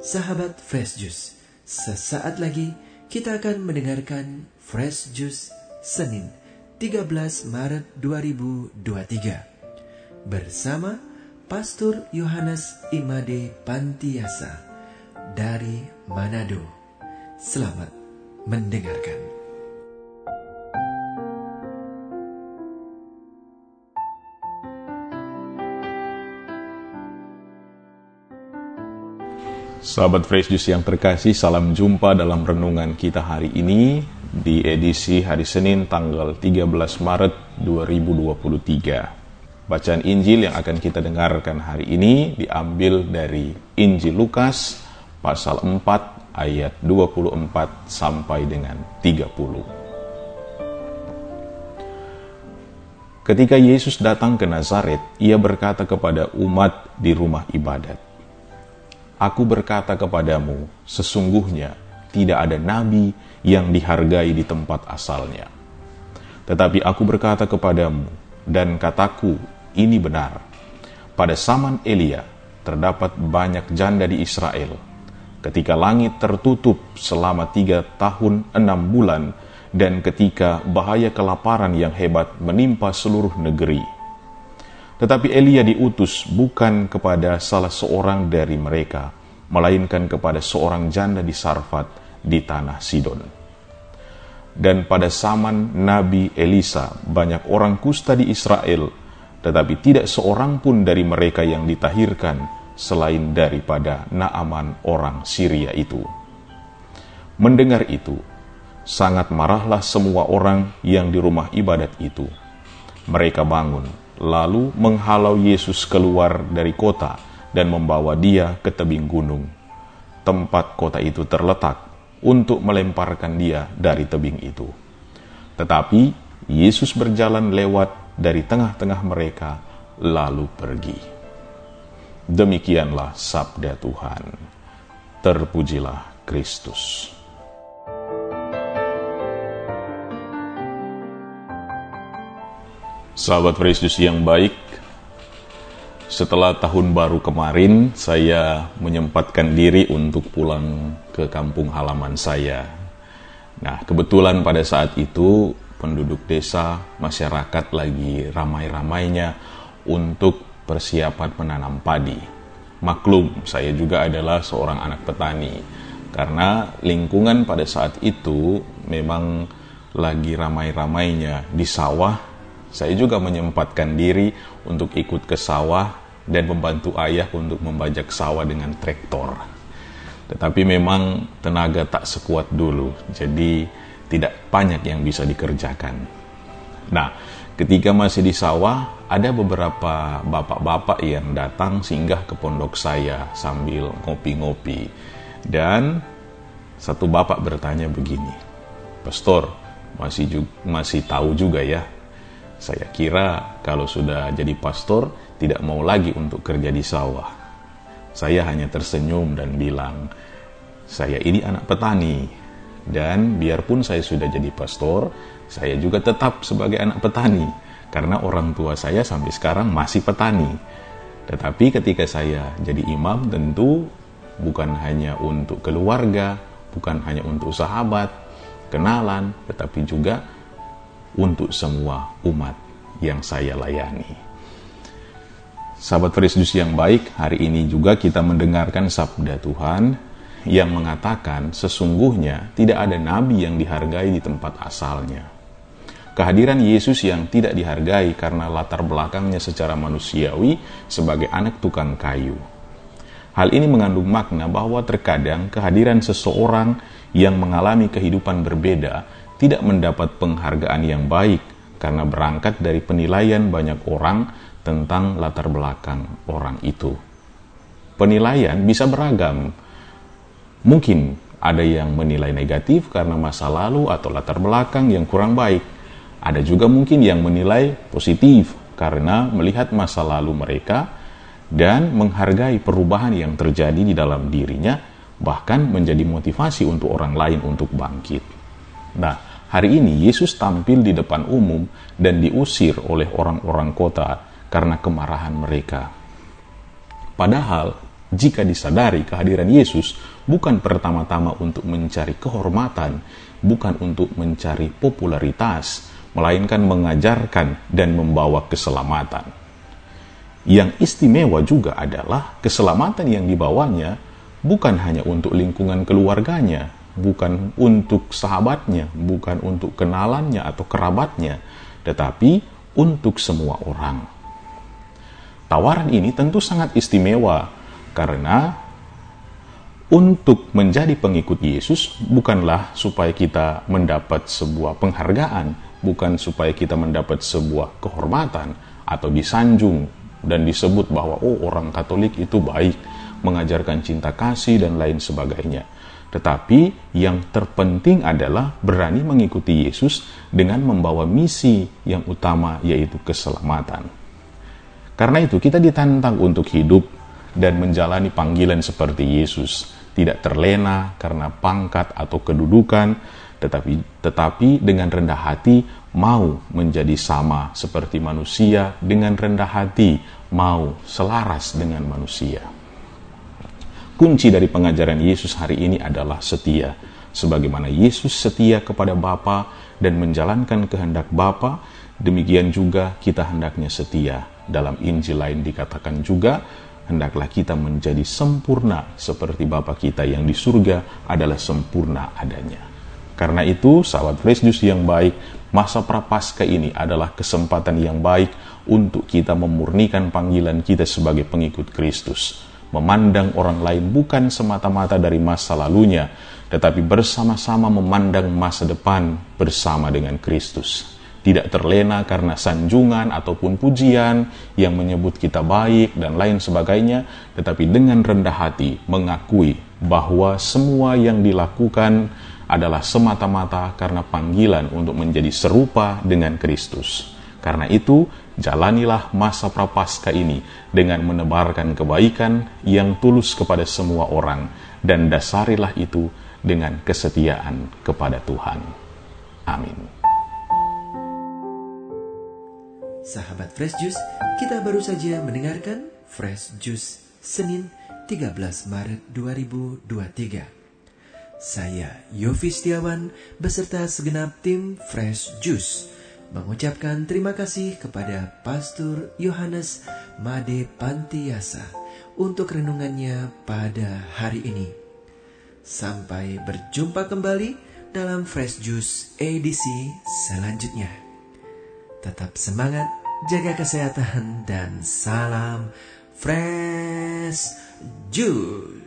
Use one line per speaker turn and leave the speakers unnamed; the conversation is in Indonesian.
Sahabat Fresh Juice, sesaat lagi kita akan mendengarkan Fresh Juice Senin 13 Maret 2023 bersama Pastor Yohanes Imade Pantiasa dari Manado. Selamat mendengarkan.
Sahabat Fresh Juice yang terkasih, salam jumpa dalam renungan kita hari ini di edisi hari Senin tanggal 13 Maret 2023. Bacaan Injil yang akan kita dengarkan hari ini diambil dari Injil Lukas pasal 4 ayat 24 sampai dengan 30. Ketika Yesus datang ke Nazaret, ia berkata kepada umat di rumah ibadat, "Aku berkata kepadamu, sesungguhnya tidak ada nabi yang dihargai di tempat asalnya. Tetapi aku berkata kepadamu, dan kataku ini benar, pada zaman Elia terdapat banyak janda di Israel, ketika langit tertutup selama 3 tahun 6 bulan, dan ketika bahaya kelaparan yang hebat menimpa seluruh negeri. Tetapi Elia diutus bukan kepada salah seorang dari mereka, melainkan kepada seorang janda di Sarfat di tanah Sidon. Dan pada zaman Nabi Elisa banyak orang kusta di Israel, tetapi tidak seorang pun dari mereka yang ditahirkan selain daripada Naaman orang Syria itu." Mendengar itu, sangat marahlah semua orang yang di rumah ibadat itu. Mereka bangun, lalu menghalau Yesus keluar dari kota dan membawa dia ke tebing gunung, tempat kota itu terletak, untuk melemparkan dia dari tebing itu. Tetapi Yesus berjalan lewat dari tengah-tengah mereka, lalu pergi. Demikianlah sabda Tuhan. Terpujilah Kristus. Sahabat Fresh Juice yang baik, setelah tahun baru kemarin, saya menyempatkan diri untuk pulang ke kampung halaman saya. Nah, kebetulan pada saat itu penduduk desa, masyarakat lagi ramai-ramainya untuk persiapan menanam padi. Maklum, saya juga adalah seorang anak petani, karena lingkungan pada saat itu memang lagi ramai-ramainya di sawah. Saya juga menyempatkan diri untuk ikut ke sawah dan membantu ayah untuk membajak sawah dengan traktor. Tetapi memang tenaga tak sekuat dulu, jadi tidak banyak yang bisa dikerjakan. Nah, ketika masih di sawah, ada beberapa bapak-bapak yang datang singgah ke pondok saya sambil ngopi-ngopi. Dan satu bapak bertanya begini, "Pastor, masih tahu juga ya? Saya kira kalau sudah jadi pastor, tidak mau lagi untuk kerja di sawah." Saya hanya tersenyum dan bilang, "Saya ini anak petani, dan biarpun saya sudah jadi pastor, saya juga tetap sebagai anak petani, karena orang tua saya sampai sekarang masih petani. Tetapi ketika saya jadi imam, tentu bukan hanya untuk keluarga, bukan hanya untuk sahabat, kenalan, tetapi juga untuk semua umat yang saya layani." Sahabat Fresh Juice yang baik, hari ini juga kita mendengarkan sabda Tuhan yang mengatakan sesungguhnya tidak ada nabi yang dihargai di tempat asalnya. Kehadiran Yesus yang tidak dihargai karena latar belakangnya secara manusiawi sebagai anak tukang kayu. Hal ini mengandung makna bahwa terkadang kehadiran seseorang yang mengalami kehidupan berbeda tidak mendapat penghargaan yang baik karena berangkat dari penilaian banyak orang tentang latar belakang orang itu. Penilaian bisa beragam. Mungkin ada yang menilai negatif karena masa lalu atau latar belakang yang kurang baik. Ada juga mungkin yang menilai positif karena melihat masa lalu mereka dan menghargai perubahan yang terjadi di dalam dirinya, bahkan menjadi motivasi untuk orang lain untuk bangkit. Nah, hari ini Yesus tampil di depan umum dan diusir oleh orang-orang kota karena kemarahan mereka. Padahal jika disadari kehadiran Yesus bukan pertama-tama untuk mencari kehormatan, bukan untuk mencari popularitas, melainkan mengajarkan dan membawa keselamatan. Yang istimewa juga adalah keselamatan yang dibawanya bukan hanya untuk lingkungan keluarganya, bukan untuk sahabatnya, bukan untuk kenalannya atau kerabatnya, tetapi untuk semua orang. Tawaran ini tentu sangat istimewa karena untuk menjadi pengikut Yesus bukanlah supaya kita mendapat sebuah penghargaan, bukan supaya kita mendapat sebuah kehormatan atau disanjung dan disebut bahwa orang Katolik itu baik, mengajarkan cinta kasih dan lain sebagainya. Tetapi yang terpenting adalah berani mengikuti Yesus dengan membawa misi yang utama, yaitu keselamatan. Karena itu kita ditantang untuk hidup dan menjalani panggilan seperti Yesus, tidak terlena karena pangkat atau kedudukan, tetapi dengan rendah hati mau menjadi sama seperti manusia, dengan rendah hati mau selaras dengan manusia. Kunci dari pengajaran Yesus hari ini adalah setia. Sebagaimana Yesus setia kepada Bapa dan menjalankan kehendak Bapa, demikian juga kita hendaknya setia. Dalam Injil lain dikatakan juga, hendaklah kita menjadi sempurna seperti Bapa kita yang di surga adalah sempurna adanya. Karena itu, sahabat Fresh Juice yang baik, masa Prapaskah ini adalah kesempatan yang baik untuk kita memurnikan panggilan kita sebagai pengikut Kristus. Memandang orang lain bukan semata-mata dari masa lalunya, tetapi bersama-sama memandang masa depan bersama dengan Kristus. Tidak terlena karena sanjungan ataupun pujian yang menyebut kita baik dan lain sebagainya, tetapi dengan rendah hati mengakui bahwa semua yang dilakukan adalah semata-mata karena panggilan untuk menjadi serupa dengan Kristus. Karena itu, jalanilah masa Prapaskah ini dengan menebarkan kebaikan yang tulus kepada semua orang, dan dasarilah itu dengan kesetiaan kepada Tuhan. Amin.
Sahabat Fresh Juice, kita baru saja mendengarkan Fresh Juice Senin 13 Maret 2023. Saya Yofi Setiawan beserta segenap tim Fresh Juice mengucapkan terima kasih kepada Pastor Yohanes Made Pantiasa untuk renungannya pada hari ini. Sampai berjumpa kembali dalam Fresh Juice edisi selanjutnya. Tetap semangat, jaga kesehatan, dan salam Fresh Juice.